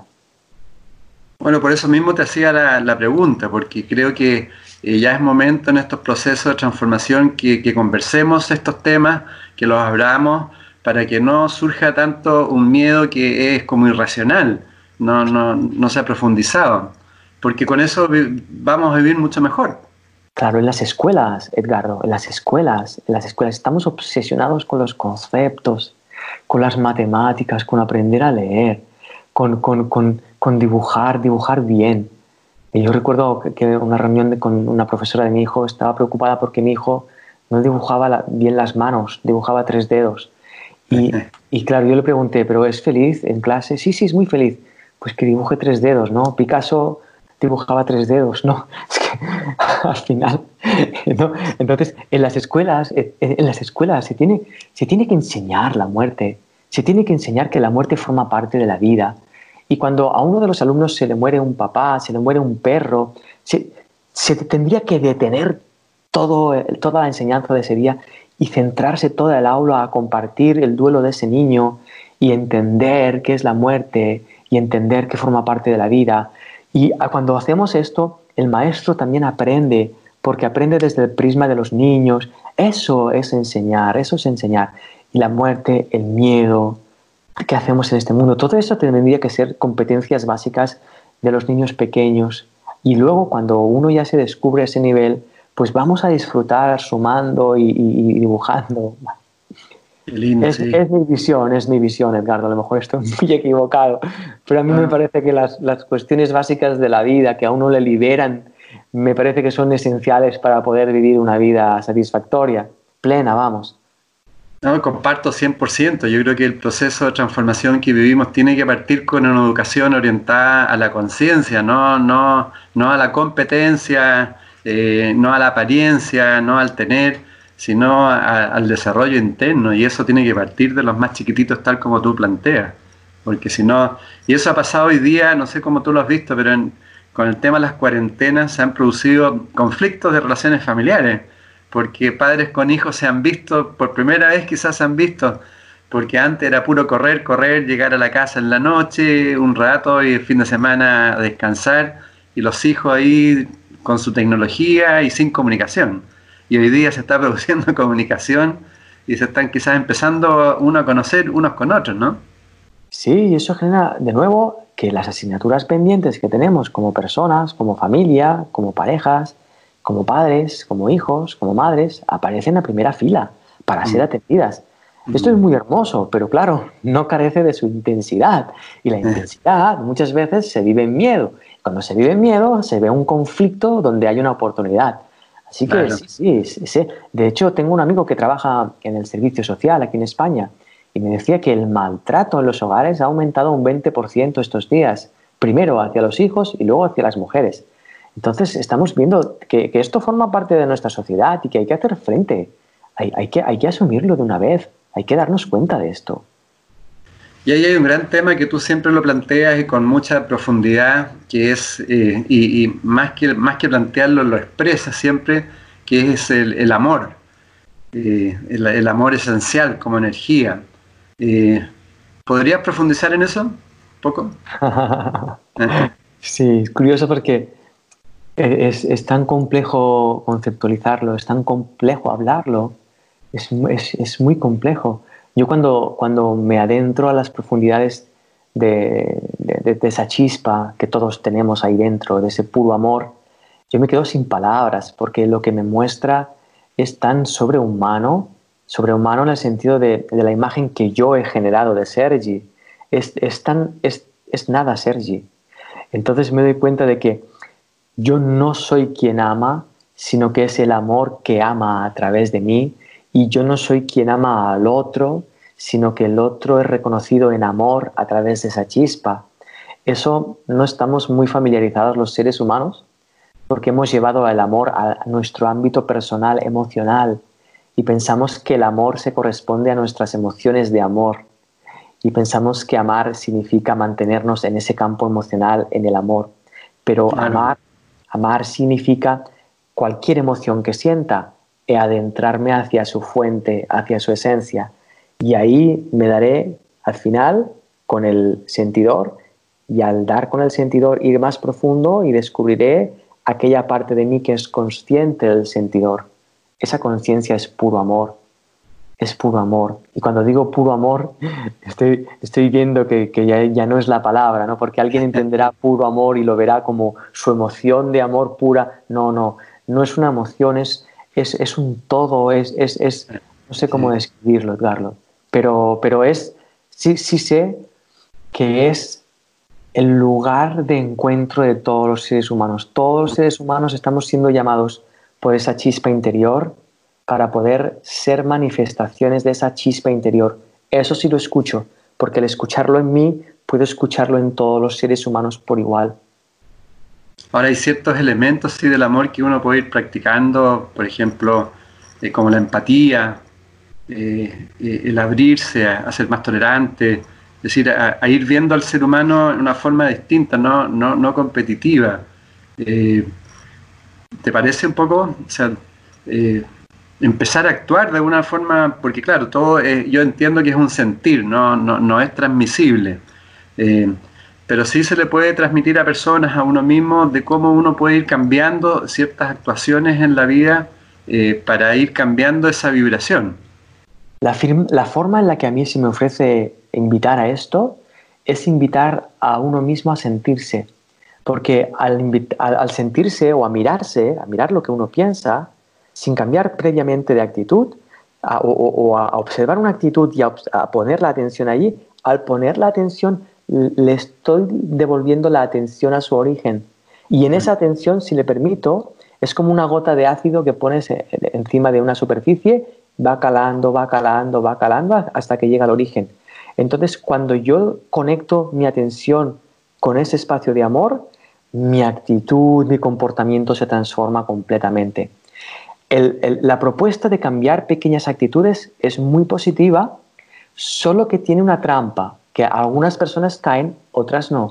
Bueno, por eso mismo te hacía la, la pregunta, porque creo que eh, ya es momento en estos procesos de transformación que, que conversemos estos temas, que los abramos, para que no surja tanto un miedo que es como irracional, no, no, no se ha profundizado, porque con eso vi- vamos a vivir mucho mejor. Claro, en las escuelas, Edgardo, en las escuelas, en las escuelas estamos obsesionados con los conceptos, con las matemáticas, con aprender a leer, con, con, con, con dibujar, dibujar bien. Y yo recuerdo que, que una reunión de, con una profesora de mi hijo estaba preocupada porque mi hijo no dibujaba la, bien las manos, dibujaba tres dedos. Y, y claro, yo le pregunté, ¿pero es feliz en clase? Sí, sí, es muy feliz. Pues que dibuje tres dedos, ¿no? Picasso dibujaba tres dedos, ¿no? Es que al final, ¿no? Entonces, en las escuelas, en las escuelas se tiene, se tiene que enseñar la muerte, se tiene que enseñar que la muerte forma parte de la vida. Y cuando a uno de los alumnos se le muere un papá, se le muere un perro, se, se tendría que detener todo, toda la enseñanza de ese día y centrarse toda el aula a compartir el duelo de ese niño y entender qué es la muerte y entender que forma parte de la vida. Y cuando hacemos esto, el maestro también aprende, porque aprende desde el prisma de los niños. Eso es enseñar, eso es enseñar. Y la muerte, el miedo, ¿qué hacemos en este mundo? Todo eso tendría que ser competencias básicas de los niños pequeños. Y luego, cuando uno ya se descubre ese nivel, pues vamos a disfrutar sumando y, y, y dibujando. Qué lindo, es, sí. es mi visión, es mi visión, Edgardo. A lo mejor estoy muy equivocado, pero a mí ah. me parece que las, las cuestiones básicas de la vida que a uno le liberan, me parece que son esenciales para poder vivir una vida satisfactoria, plena, vamos. No, comparto cien por ciento. Yo creo que el proceso de transformación que vivimos tiene que partir con una educación orientada a la conciencia, no, no, no a la competencia, eh, no a la apariencia, no al tener, sino a, al desarrollo interno, y eso tiene que partir de los más chiquititos, tal como tú planteas, porque si no, y eso ha pasado hoy día, no sé cómo tú lo has visto, pero en, con el tema de las cuarentenas se han producido conflictos de relaciones familiares, porque padres con hijos se han visto, por primera vez quizás se han visto, porque antes era puro correr, correr, llegar a la casa en la noche, un rato y el fin de semana a descansar, y los hijos ahí con su tecnología y sin comunicación. Y hoy día se está produciendo comunicación y se están quizás empezando uno a conocer unos con otros, ¿no? Sí, y eso genera, de nuevo, que las asignaturas pendientes que tenemos como personas, como familia, como parejas, como padres, como hijos, como madres, aparecen a primera fila para ser atendidas. Esto es muy hermoso, pero claro, no carece de su intensidad. Y la intensidad muchas veces se vive en miedo. Cuando se vive en miedo, se ve un conflicto donde hay una oportunidad. Así que claro. sí, sí, sí. De hecho, tengo un amigo que trabaja en el servicio social aquí en España y me decía que el maltrato en los hogares ha aumentado un veinte por ciento estos días. Primero hacia los hijos y luego hacia las mujeres. Entonces, estamos viendo que, que esto forma parte de nuestra sociedad y que hay que hacer frente. Hay, hay, que, hay que asumirlo de una vez. Hay que darnos cuenta de esto. Y ahí hay un gran tema que tú siempre lo planteas y con mucha profundidad, que es, eh, y, y más, que, más que plantearlo, lo expresas siempre, que es el, el amor. Eh, el, el amor esencial como energía. Eh, ¿Podrías profundizar en eso un poco? Sí, es curioso porque es, es tan complejo conceptualizarlo, es tan complejo hablarlo. Es, es, es muy complejo. Yo cuando, cuando me adentro a las profundidades de, de, de esa chispa que todos tenemos ahí dentro, de ese puro amor, yo me quedo sin palabras porque lo que me muestra es tan sobrehumano, sobrehumano en el sentido de, de la imagen que yo he generado de Sergi. Es, es, tan, es, es nada Sergi. Entonces me doy cuenta de que yo no soy quien ama, sino que es el amor que ama a través de mí. Y yo no soy quien ama al otro, sino que el otro es reconocido en amor a través de esa chispa. Eso no estamos muy familiarizados los seres humanos porque hemos llevado el amor a nuestro ámbito personal, emocional, y pensamos que el amor se corresponde a nuestras emociones de amor. Y pensamos que amar significa mantenernos en ese campo emocional, en el amor. Pero claro. amar, amar significa cualquier emoción que sienta, e adentrarme hacia su fuente, hacia su esencia. Y ahí me daré al final con el sentidor, y al dar con el sentidor ir más profundo y descubriré aquella parte de mí que es consciente del sentidor. Esa conciencia es puro amor, es puro amor. Y cuando digo puro amor, estoy, estoy viendo que, que ya, ya no es la palabra, ¿no? Porque alguien entenderá puro amor y lo verá como su emoción de amor pura. No, no, no es una emoción, es Es, es un todo, es, es, es no sé cómo describirlo, Edgardo, pero, pero es, sí, sí sé que es el lugar de encuentro de todos los seres humanos. Todos los seres humanos estamos siendo llamados por esa chispa interior para poder ser manifestaciones de esa chispa interior. Eso sí lo escucho, porque al escucharlo en mí, puedo escucharlo en todos los seres humanos por igual. Ahora hay ciertos elementos sí, del amor que uno puede ir practicando, por ejemplo, eh, como la empatía, eh, eh, el abrirse a, a ser más tolerante, es decir, a, a ir viendo al ser humano en una forma distinta, no, no, no competitiva. Eh, ¿Te parece un poco? O sea, eh, empezar a actuar de alguna forma, porque claro, todo eh, yo entiendo que es un sentir, no, no, no es transmisible. Eh, Pero sí se le puede transmitir a personas, a uno mismo, de cómo uno puede ir cambiando ciertas actuaciones en la vida eh, para ir cambiando esa vibración. La, la forma en la que a mí se me ofrece invitar a esto es invitar a uno mismo a sentirse. Porque al, al, al sentirse o a mirarse, a mirar lo que uno piensa, sin cambiar previamente de actitud, a, o, o a observar una actitud y a, a poner la atención allí, al poner la atención le estoy devolviendo la atención a su origen. Y en esa atención, si le permito, es como una gota de ácido que pones encima de una superficie, va calando, va calando, va calando hasta que llega al origen. Entonces, cuando yo conecto mi atención con ese espacio de amor, mi actitud, mi comportamiento se transforma completamente. El, el, la propuesta de cambiar pequeñas actitudes es muy positiva, solo que tiene una trampa, que algunas personas caen, otras no.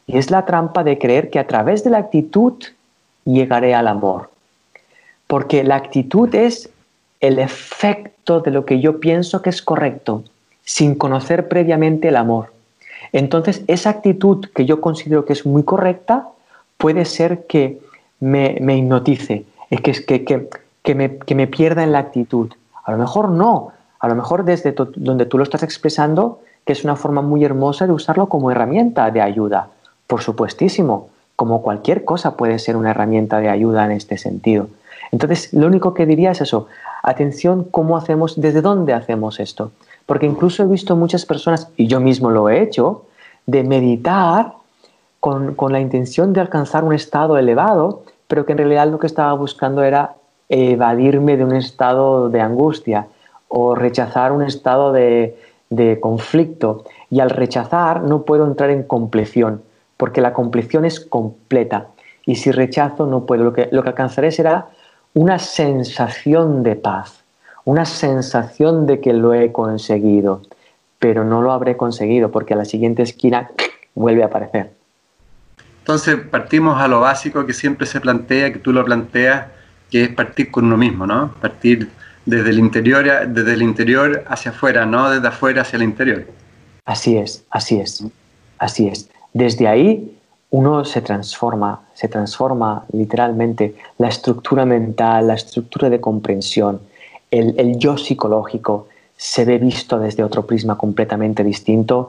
Y es la trampa de creer que a través de la actitud llegaré al amor. Porque la actitud es el efecto de lo que yo pienso que es correcto, sin conocer previamente el amor. Entonces, esa actitud que yo considero que es muy correcta, puede ser que me, me hipnotice, que, que, que, que, me, que me pierda en la actitud. A lo mejor no, a lo mejor desde to, donde tú lo estás expresando, que es una forma muy hermosa de usarlo como herramienta de ayuda. Por supuestísimo, como cualquier cosa puede ser una herramienta de ayuda en este sentido. Entonces, lo único que diría es eso, atención cómo hacemos, desde dónde hacemos esto. Porque incluso he visto muchas personas, y yo mismo lo he hecho, de meditar con, con la intención de alcanzar un estado elevado, pero que en realidad lo que estaba buscando era evadirme de un estado de angustia o rechazar un estado de, de conflicto. Y al rechazar no puedo entrar en compleción, porque la compleción es completa. Y si rechazo no puedo. Lo que, lo que alcanzaré será una sensación de paz, una sensación de que lo he conseguido, pero no lo habré conseguido porque a la siguiente esquina vuelve a aparecer. Entonces partimos a lo básico que siempre se plantea, que tú lo planteas, que es partir con uno mismo, ¿no? Partir desde el interior, desde el interior hacia afuera, no desde afuera hacia el interior. Así es, así es, así es. Desde ahí uno se transforma, se transforma literalmente la estructura mental, la estructura de comprensión, el, el yo psicológico se ve visto desde otro prisma completamente distinto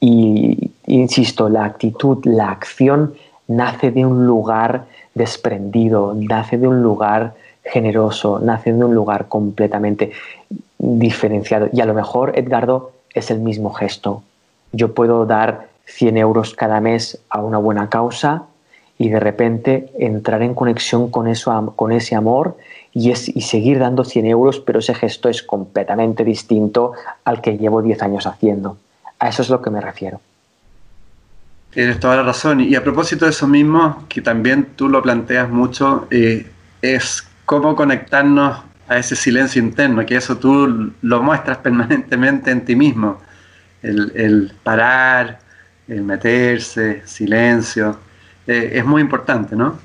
y, insisto, la actitud, la acción nace de un lugar desprendido, nace de un lugar generoso, nace de un lugar completamente diferenciado. Y a lo mejor, Edgardo, es el mismo gesto. Yo puedo dar cien euros cada mes a una buena causa y de repente entrar en conexión con, eso, con ese amor y, es, y seguir dando cien euros, pero ese gesto es completamente distinto al que llevo diez años haciendo. A eso es lo que me refiero. Tienes toda la razón. Y a propósito de eso mismo, que también tú lo planteas mucho, eh, es cómo conectarnos a ese silencio interno, que eso tú lo muestras permanentemente en ti mismo. El, el parar, el meterse, silencio, eh, es muy importante, ¿no?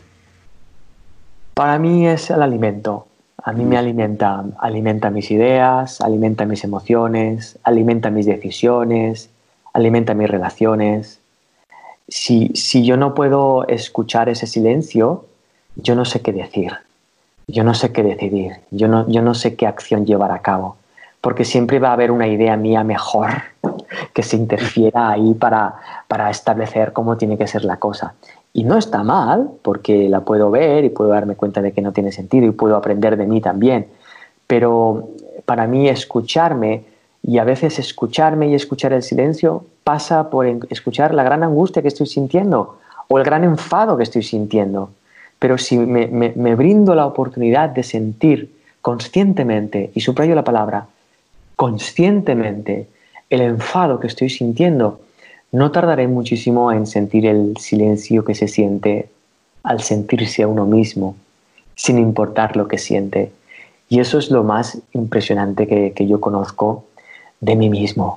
Para mí es el alimento. A mí me alimenta, alimenta mis ideas, alimenta mis emociones, alimenta mis decisiones, alimenta mis relaciones. Si, si yo no puedo escuchar ese silencio, yo no sé qué decir, yo no sé qué decidir, yo no, yo no sé qué acción llevar a cabo, porque siempre va a haber una idea mía mejor que se interfiera ahí para, para establecer cómo tiene que ser la cosa. Y no está mal, porque la puedo ver y puedo darme cuenta de que no tiene sentido y puedo aprender de mí también. Pero para mí escucharme, y a veces escucharme y escuchar el silencio, pasa por escuchar la gran angustia que estoy sintiendo o el gran enfado que estoy sintiendo. Pero si me, me, me brindo la oportunidad de sentir conscientemente, y subrayo la palabra, conscientemente, el enfado que estoy sintiendo, no tardaré muchísimo en sentir el silencio que se siente al sentirse a uno mismo, sin importar lo que siente. Y eso es lo más impresionante que, que yo conozco de mí mismo.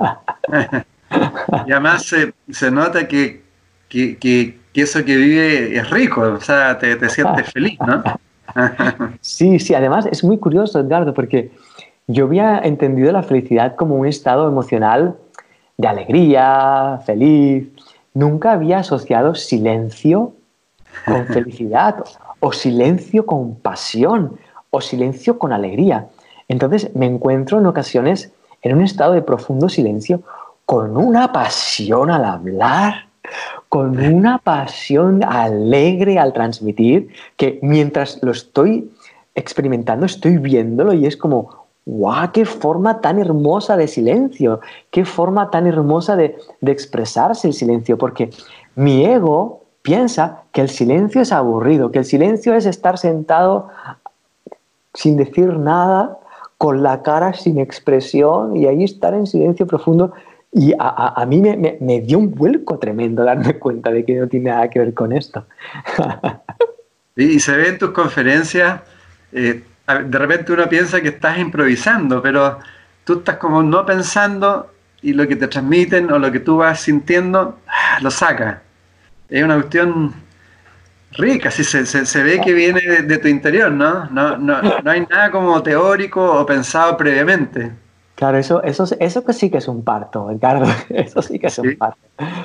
Y además se, se nota que, que, que, que eso que vive es rico, o sea, te, te sientes feliz, ¿no? Sí, sí, además es muy curioso, Edgardo, porque yo había entendido la felicidad como un estado emocional de alegría, feliz. Nunca había asociado silencio con felicidad, o silencio con pasión, o silencio con alegría. Entonces me encuentro en ocasiones en un estado de profundo silencio, con una pasión al hablar, con una pasión alegre al transmitir, que mientras lo estoy experimentando, estoy viéndolo y es como, ¡guau! ¡Qué forma tan hermosa de silencio! ¡Qué forma tan hermosa de, de expresarse el silencio! Porque mi ego piensa que el silencio es aburrido, que el silencio es estar sentado sin decir nada, con la cara sin expresión y ahí estar en silencio profundo. Y a, a, a mí me, me, me dio un vuelco tremendo darme cuenta de que no tiene nada que ver con esto. Y se ve en tus conferencias, eh, de repente uno piensa que estás improvisando, pero tú estás como no pensando y lo que te transmiten o lo que tú vas sintiendo, lo sacas. es una cuestión rica, sí, se, se, se ve que viene de, de tu interior, ¿no? No, no, no hay nada como teórico o pensado previamente. Claro, eso, eso, eso que sí que es un parto, Edgardo, eso sí que es un ¿Sí? parto.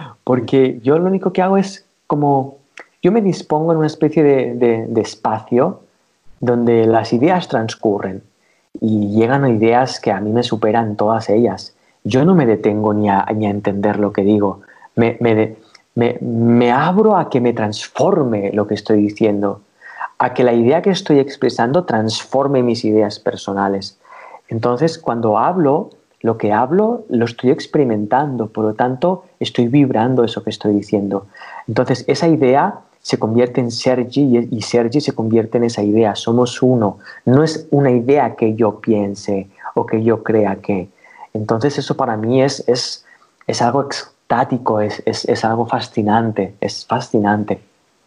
Porque yo lo único que hago es como, yo me dispongo en una especie de, de, de espacio donde las ideas transcurren y llegan a ideas que a mí me superan todas ellas. Yo no me detengo ni a, ni a entender lo que digo, me, me, me, me abro a que me transforme lo que estoy diciendo, a que la idea que estoy expresando transforme mis ideas personales. Entonces, cuando hablo, lo que hablo lo estoy experimentando, por lo tanto, estoy vibrando eso que estoy diciendo. Entonces, esa idea se convierte en Sergi y Sergi se convierte en esa idea. Somos uno. No es una idea que yo piense o que yo crea que. Entonces, eso para mí es, es, es algo extático, es, es, es algo fascinante, es fascinante.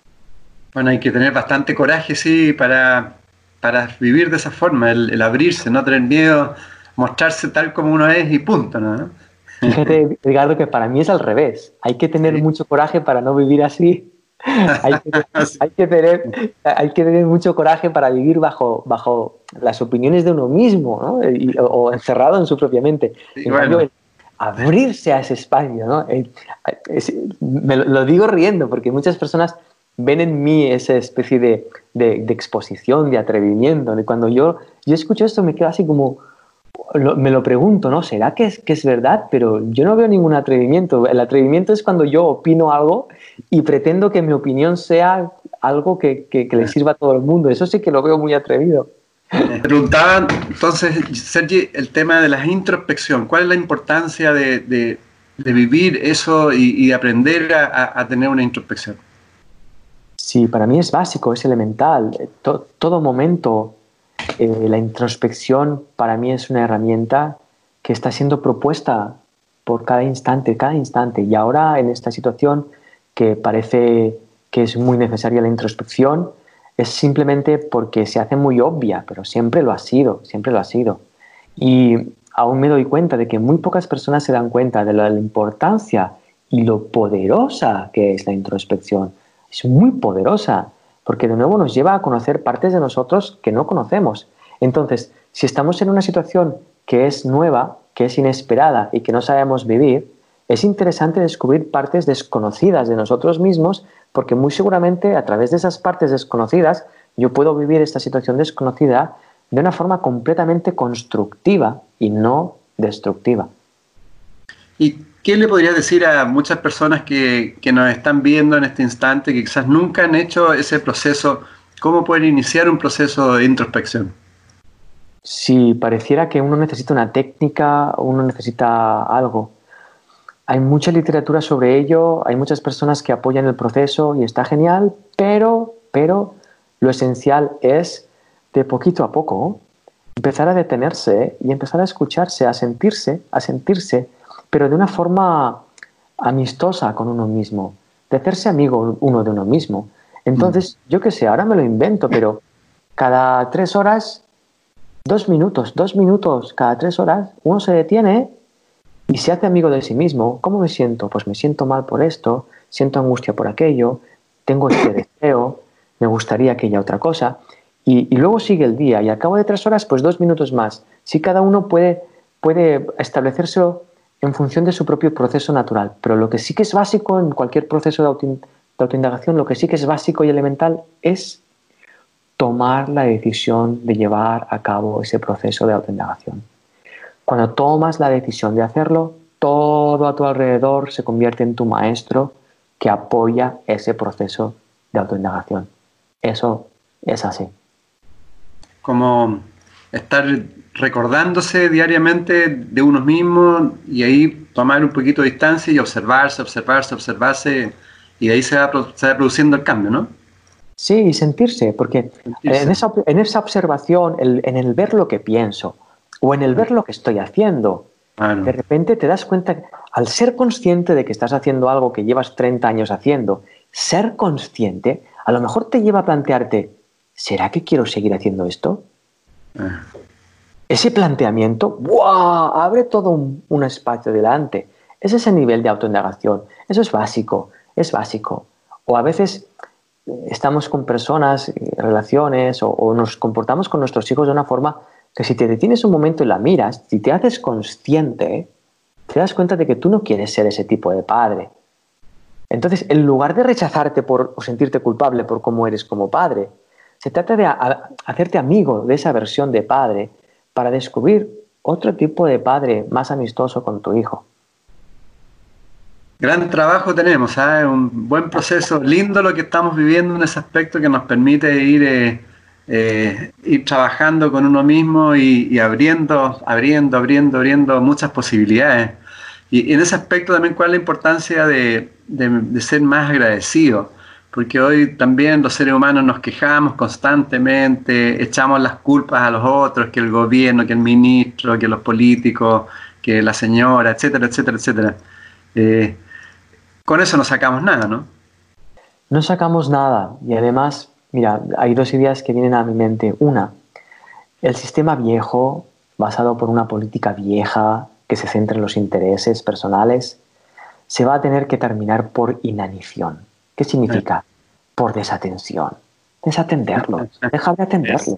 Bueno, hay que tener bastante coraje, sí, para, para vivir de esa forma, el, el abrirse, no tener miedo, mostrarse tal como uno es y punto, ¿no? Fíjate, Edgardo, que para mí es al revés. Hay que tener ¿Sí? mucho coraje para no vivir así. Hay que, sí. hay, que tener, hay que tener mucho coraje para vivir bajo, bajo las opiniones de uno mismo, ¿no? Y, o, o encerrado en su propia mente. Sí, en bueno. cambio, abrirse a ese espacio, ¿no? Es, me lo, lo digo riendo porque muchas personas ven en mí esa especie de, de, de exposición, de atrevimiento. Y cuando yo, yo escucho esto me quedo así como... Lo, me lo pregunto, ¿no? ¿Será que es, que es verdad? Pero yo no veo ningún atrevimiento. El atrevimiento es cuando yo opino algo y pretendo que mi opinión sea algo que, que, que le sirva a todo el mundo. Eso sí que lo veo muy atrevido. Me preguntaban, entonces, Sergi, el tema de la introspección. ¿Cuál es la importancia de, de, de vivir eso y, y de aprender a, a tener una introspección? Sí, para mí es básico, es elemental. To, todo momento... Eh, la introspección para mí es una herramienta que está siendo propuesta por cada instante, cada instante. Y ahora en esta situación que parece que es muy necesaria la introspección, es simplemente porque se hace muy obvia, pero siempre lo ha sido, siempre lo ha sido. Y aún me doy cuenta de que muy pocas personas se dan cuenta de la, la importancia y lo poderosa que es la introspección. Es muy poderosa. Porque de nuevo nos lleva a conocer partes de nosotros que no conocemos. Entonces, si estamos en una situación que es nueva, que es inesperada y que no sabemos vivir, es interesante descubrir partes desconocidas de nosotros mismos, porque muy seguramente a través de esas partes desconocidas yo puedo vivir esta situación desconocida de una forma completamente constructiva y no destructiva. ¿Y qué le podrías decir a muchas personas que, que nos están viendo en este instante, que quizás nunca han hecho ese proceso? ¿Cómo pueden iniciar un proceso de introspección? Si pareciera que uno necesita una técnica, uno necesita algo. Hay mucha literatura sobre ello, hay muchas personas que apoyan el proceso y está genial, pero, pero lo esencial es de poquito a poco empezar a detenerse y empezar a escucharse, a sentirse, a sentirse, pero de una forma amistosa con uno mismo, de hacerse amigo uno de uno mismo. Entonces, mm. yo qué sé, ahora me lo invento, pero cada tres horas, dos minutos, dos minutos, cada tres horas, uno se detiene y se hace amigo de sí mismo. ¿Cómo me siento? Pues me siento mal por esto, siento angustia por aquello, tengo este deseo, me gustaría aquella otra cosa. Y, y luego sigue el día y al cabo de tres horas, pues dos minutos más. Si cada uno puede, puede establecerse en función de su propio proceso natural. Pero lo que sí que es básico en cualquier proceso de, auto, de autoindagación, lo que sí que es básico y elemental es tomar la decisión de llevar a cabo ese proceso de autoindagación. Cuando tomas la decisión de hacerlo, todo a tu alrededor se convierte en tu maestro que apoya ese proceso de autoindagación. Eso es así. Como estar recordándose diariamente de uno mismo y ahí tomar un poquito de distancia y observarse, observarse, observarse, y de ahí se va, se va produciendo el cambio, ¿no? Sí, y sentirse, porque sentirse. En, esa, en esa observación, el, en el ver lo que pienso o en el ver lo que estoy haciendo, claro. De repente te das cuenta, que, al ser consciente de que estás haciendo algo que llevas treinta años haciendo, ser consciente a lo mejor te lleva a plantearte, ¿será que quiero seguir haciendo esto? Ah. Ese planteamiento, ¡wow!, abre todo un, un espacio delante. Es ese nivel de autoindagación. Eso es básico, es básico. O a veces estamos con personas, relaciones, o, o nos comportamos con nuestros hijos de una forma que si te detienes un momento y la miras, si te haces consciente, te das cuenta de que tú no quieres ser ese tipo de padre. Entonces, en lugar de rechazarte por, o sentirte culpable por cómo eres como padre, se trata de a, a, hacerte amigo de esa versión de padre para descubrir otro tipo de padre más amistoso con tu hijo. Gran trabajo tenemos, ¿sabes? Un buen proceso, lindo lo que estamos viviendo en ese aspecto que nos permite ir, eh, eh, ir trabajando con uno mismo y, y abriendo, abriendo, abriendo, abriendo muchas posibilidades. Y, y en ese aspecto también cuál es la importancia de, de, de ser más agradecidos, porque hoy también los seres humanos nos quejamos constantemente, echamos las culpas a los otros, que el gobierno, que el ministro, que los políticos, que la señora, etcétera, etcétera, etcétera. Eh, Con eso no sacamos nada, ¿no? No sacamos nada. Y además, mira, hay dos ideas que vienen a mi mente. Una, el sistema viejo, basado por una política vieja que se centra en los intereses personales, se va a tener que terminar por inanición. ¿Qué significa? Por desatención. Desatenderlos. Dejar de atenderlos.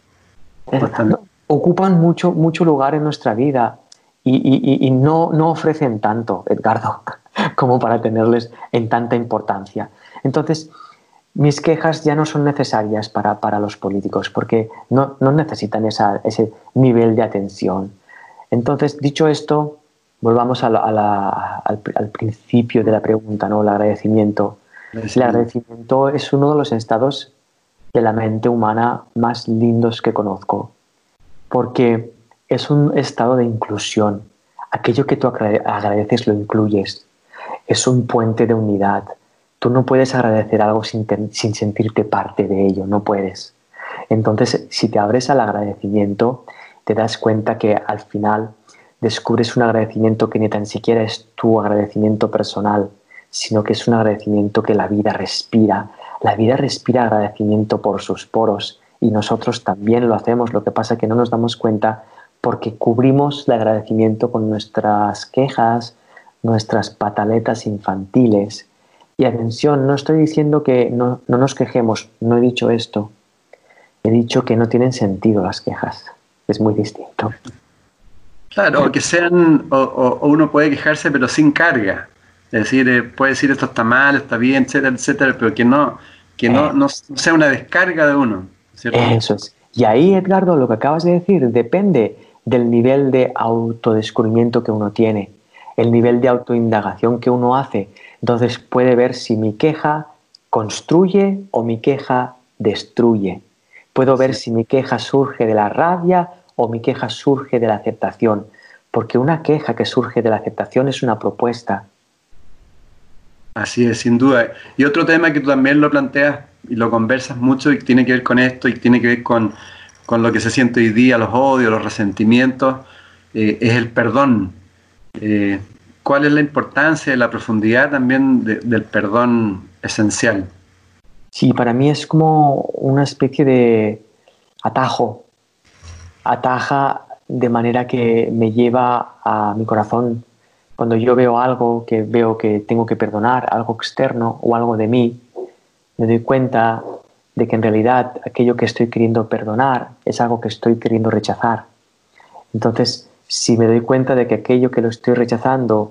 No, ocupan mucho, mucho lugar en nuestra vida y, y, y no, no ofrecen tanto, Edgardo, como para tenerles en tanta importancia. Entonces, mis quejas ya no son necesarias para, para los políticos porque no, no necesitan esa, ese nivel de atención. Entonces, dicho esto, volvamos a la, a la, al, al principio de la pregunta, ¿no? El agradecimiento. Sí. El agradecimiento es uno de los estados de la mente humana más lindos que conozco porque es un estado de inclusión. Aquello que tú agradeces lo incluyes. Es un puente de unidad. Tú no puedes agradecer algo sin, te, sin sentirte parte de ello, no puedes. Entonces, si te abres al agradecimiento, te das cuenta que al final descubres un agradecimiento que ni tan siquiera es tu agradecimiento personal, sino que es un agradecimiento que la vida respira. La vida respira agradecimiento por sus poros y nosotros también lo hacemos, lo que pasa es que no nos damos cuenta porque cubrimos el agradecimiento con nuestras quejas, nuestras pataletas infantiles. Y atención, no estoy diciendo que no, no nos quejemos, no he dicho esto. He dicho que no tienen sentido las quejas. Es muy distinto. Claro, o que sean, o, o, o uno puede quejarse pero sin carga. Es decir, eh, puede decir esto está mal, está bien, etcétera, etcétera, pero que no, que eh. no, no, no sea una descarga de uno, ¿cierto? Eso es. Y ahí, Edgardo, lo que acabas de decir depende del nivel de autodescubrimiento que uno tiene, el nivel de autoindagación que uno hace. Entonces puede ver si mi queja construye o mi queja destruye. Puedo ver sí. si mi queja surge de la rabia o mi queja surge de la aceptación. Porque una queja que surge de la aceptación es una propuesta. Así es, sin duda. Y otro tema que tú también lo planteas y lo conversas mucho y tiene que ver con esto y tiene que ver con, con lo que se siente hoy día, los odios, los resentimientos, eh, es el perdón. Eh, ¿Cuál es la importancia y la profundidad también de, del perdón esencial? Sí, para mí es como una especie de atajo. Ataja de manera que me lleva a mi corazón. Cuando yo veo algo que veo que tengo que perdonar, algo externo o algo de mí, me doy cuenta de que en realidad aquello que estoy queriendo perdonar es algo que estoy queriendo rechazar. Entonces, si me doy cuenta de que aquello que lo estoy rechazando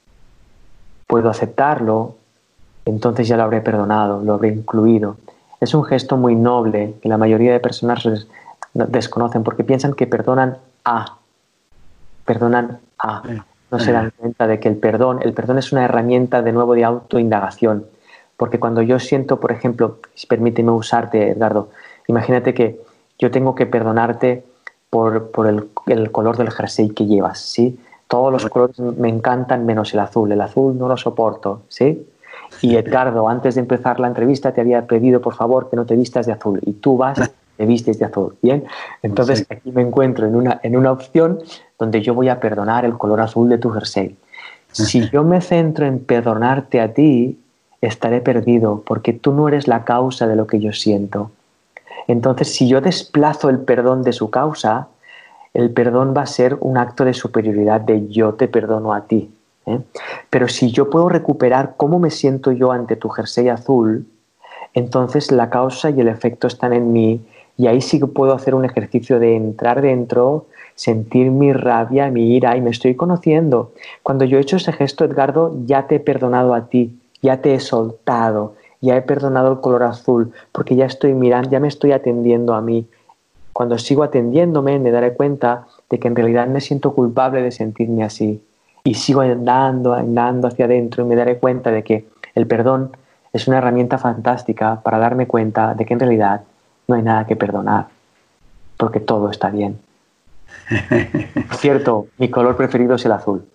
puedo aceptarlo, entonces ya lo habré perdonado, lo habré incluido. Es un gesto muy noble que la mayoría de personas desconocen porque piensan que perdonan a, perdonan a. No se dan cuenta de que el perdón, el perdón es una herramienta de nuevo de autoindagación. Porque cuando yo siento, por ejemplo, si permíteme usarte, Edgardo, imagínate que yo tengo que perdonarte por, por el, el color del jersey que llevas, ¿sí? Todos los colores me encantan menos el azul. El azul no lo soporto, ¿sí? Y Edgardo, antes de empezar la entrevista te había pedido, por favor, que no te vistas de azul. Y tú vas, te vistes de azul, ¿bien? Entonces sí. Aquí me encuentro en una, en una opción donde yo voy a perdonar el color azul de tu jersey. Si yo me centro en perdonarte a ti, estaré perdido porque tú no eres la causa de lo que yo siento. Entonces, si yo desplazo el perdón de su causa, el perdón va a ser un acto de superioridad de yo te perdono a ti. ¿eh? Pero si yo puedo recuperar cómo me siento yo ante tu jersey azul, entonces la causa y el efecto están en mí, y ahí sí que puedo hacer un ejercicio de entrar dentro, sentir mi rabia, mi ira, y me estoy conociendo. Cuando yo he hecho ese gesto, Edgardo, ya te he perdonado a ti, ya te he soltado, ya he perdonado el color azul, porque ya estoy mirando, ya me estoy atendiendo a mí. Cuando sigo atendiéndome, me daré cuenta de que en realidad me siento culpable de sentirme así. Y sigo andando, andando hacia adentro, y me daré cuenta de que el perdón es una herramienta fantástica para darme cuenta de que en realidad no hay nada que perdonar, porque todo está bien. Por cierto, mi color preferido es el azul.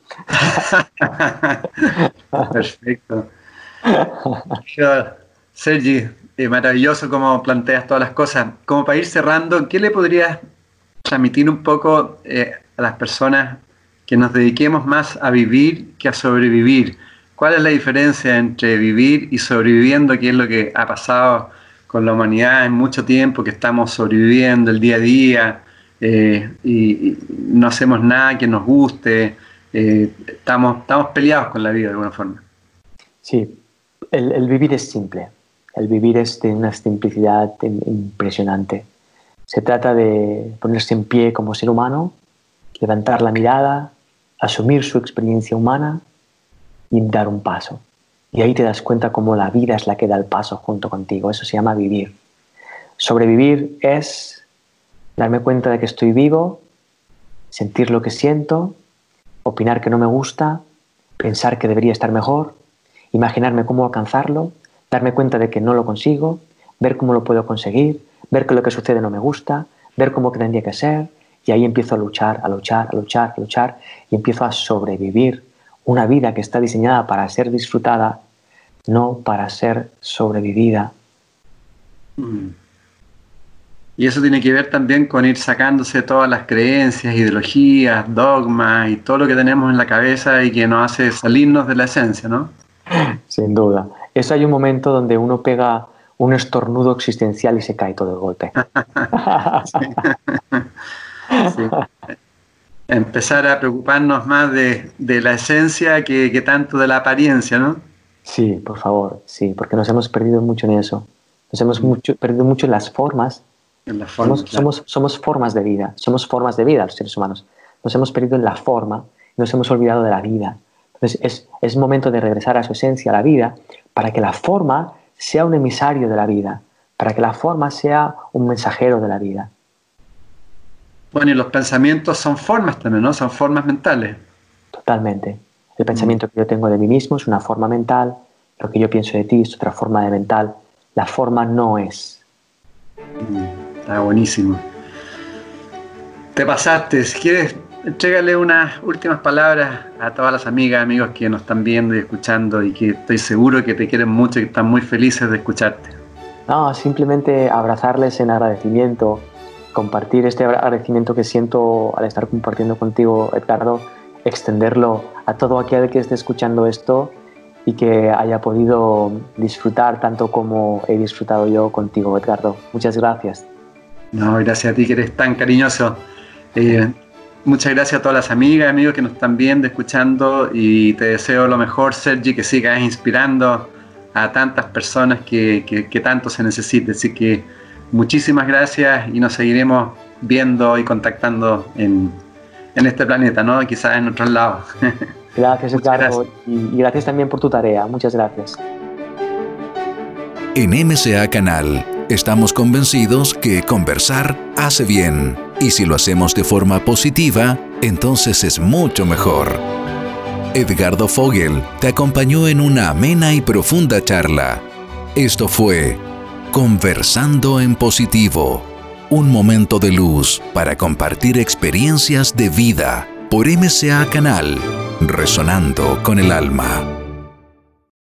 Perfecto. Sergi, eh, maravilloso cómo planteas todas las cosas. Como para ir cerrando, ¿qué le podrías transmitir un poco eh, a las personas que nos dediquemos más a vivir que a sobrevivir? ¿Cuál es la diferencia entre vivir y sobreviviendo? ¿Qué es lo que ha pasado con la humanidad en mucho tiempo? Que estamos sobreviviendo el día a día eh, y, y no hacemos nada que nos guste. Eh, estamos, estamos peleados con la vida de alguna forma. Sí, el, el vivir es simple. El vivir es de una simplicidad impresionante. Se trata de ponerse en pie como ser humano, levantar la mirada, asumir su experiencia humana y dar un paso. Y ahí te das cuenta cómo la vida es la que da el paso junto contigo. Eso se llama vivir. Sobrevivir es darme cuenta de que estoy vivo, sentir lo que siento, opinar que no me gusta, pensar que debería estar mejor, imaginarme cómo alcanzarlo, darme cuenta de que no lo consigo, ver cómo lo puedo conseguir, ver que lo que sucede no me gusta, ver cómo tendría que ser, y ahí empiezo a luchar, a luchar, a luchar, a luchar, y empiezo a sobrevivir una vida que está diseñada para ser disfrutada, no para ser sobrevivida. Mm. Y eso tiene que ver también con ir sacándose todas las creencias, ideologías, dogmas y todo lo que tenemos en la cabeza y que nos hace salirnos de la esencia, ¿no? Sin duda. Eso hay un momento donde uno pega un estornudo existencial y se cae todo de golpe. Sí. Sí. Empezar a preocuparnos más de, de la esencia que, que tanto de la apariencia, ¿no? Sí, por favor, sí, porque nos hemos perdido mucho en eso. Nos hemos mucho, perdido mucho en las formas. En la forma, somos, claro. somos, somos formas de vida, somos formas de vida los seres humanos. Nos hemos perdido en la forma y nos hemos olvidado de la vida. Entonces es, es momento de regresar a su esencia, a la vida, para que la forma sea un emisario de la vida, para que la forma sea un mensajero de la vida. Bueno, y los pensamientos son formas también, ¿no? Son formas mentales. Totalmente. El pensamiento mm. que yo tengo de mí mismo es una forma mental, lo que yo pienso de ti es otra forma de mental. La forma no es. Mm, está buenísimo. Te pasaste. Si quieres, entrégale unas últimas palabras a todas las amigas, amigos que nos están viendo y escuchando y que estoy seguro que te quieren mucho y que están muy felices de escucharte. No, simplemente abrazarles en agradecimiento, compartir este agradecimiento que siento al estar compartiendo contigo, Edgardo, extenderlo a todo aquel que esté escuchando esto y que haya podido disfrutar tanto como he disfrutado yo contigo, Edgardo. Muchas gracias. No, gracias a ti que eres tan cariñoso. Eh, muchas gracias a todas las amigas, amigos que nos están viendo, escuchando, y te deseo lo mejor, Sergi, que sigas inspirando a tantas personas que, que, que tanto se necesite. Así que muchísimas gracias y nos seguiremos viendo y contactando en, en este planeta, ¿no? Quizás en otros lados. Gracias, Edgardo, y, y gracias también por tu tarea. Muchas gracias. En M C A Canal estamos convencidos que conversar hace bien, y si lo hacemos de forma positiva, entonces es mucho mejor. Edgardo Fogel te acompañó en una amena y profunda charla. Esto fue Conversando en Positivo, un momento de luz para compartir experiencias de vida por M C A Canal, resonando con el alma.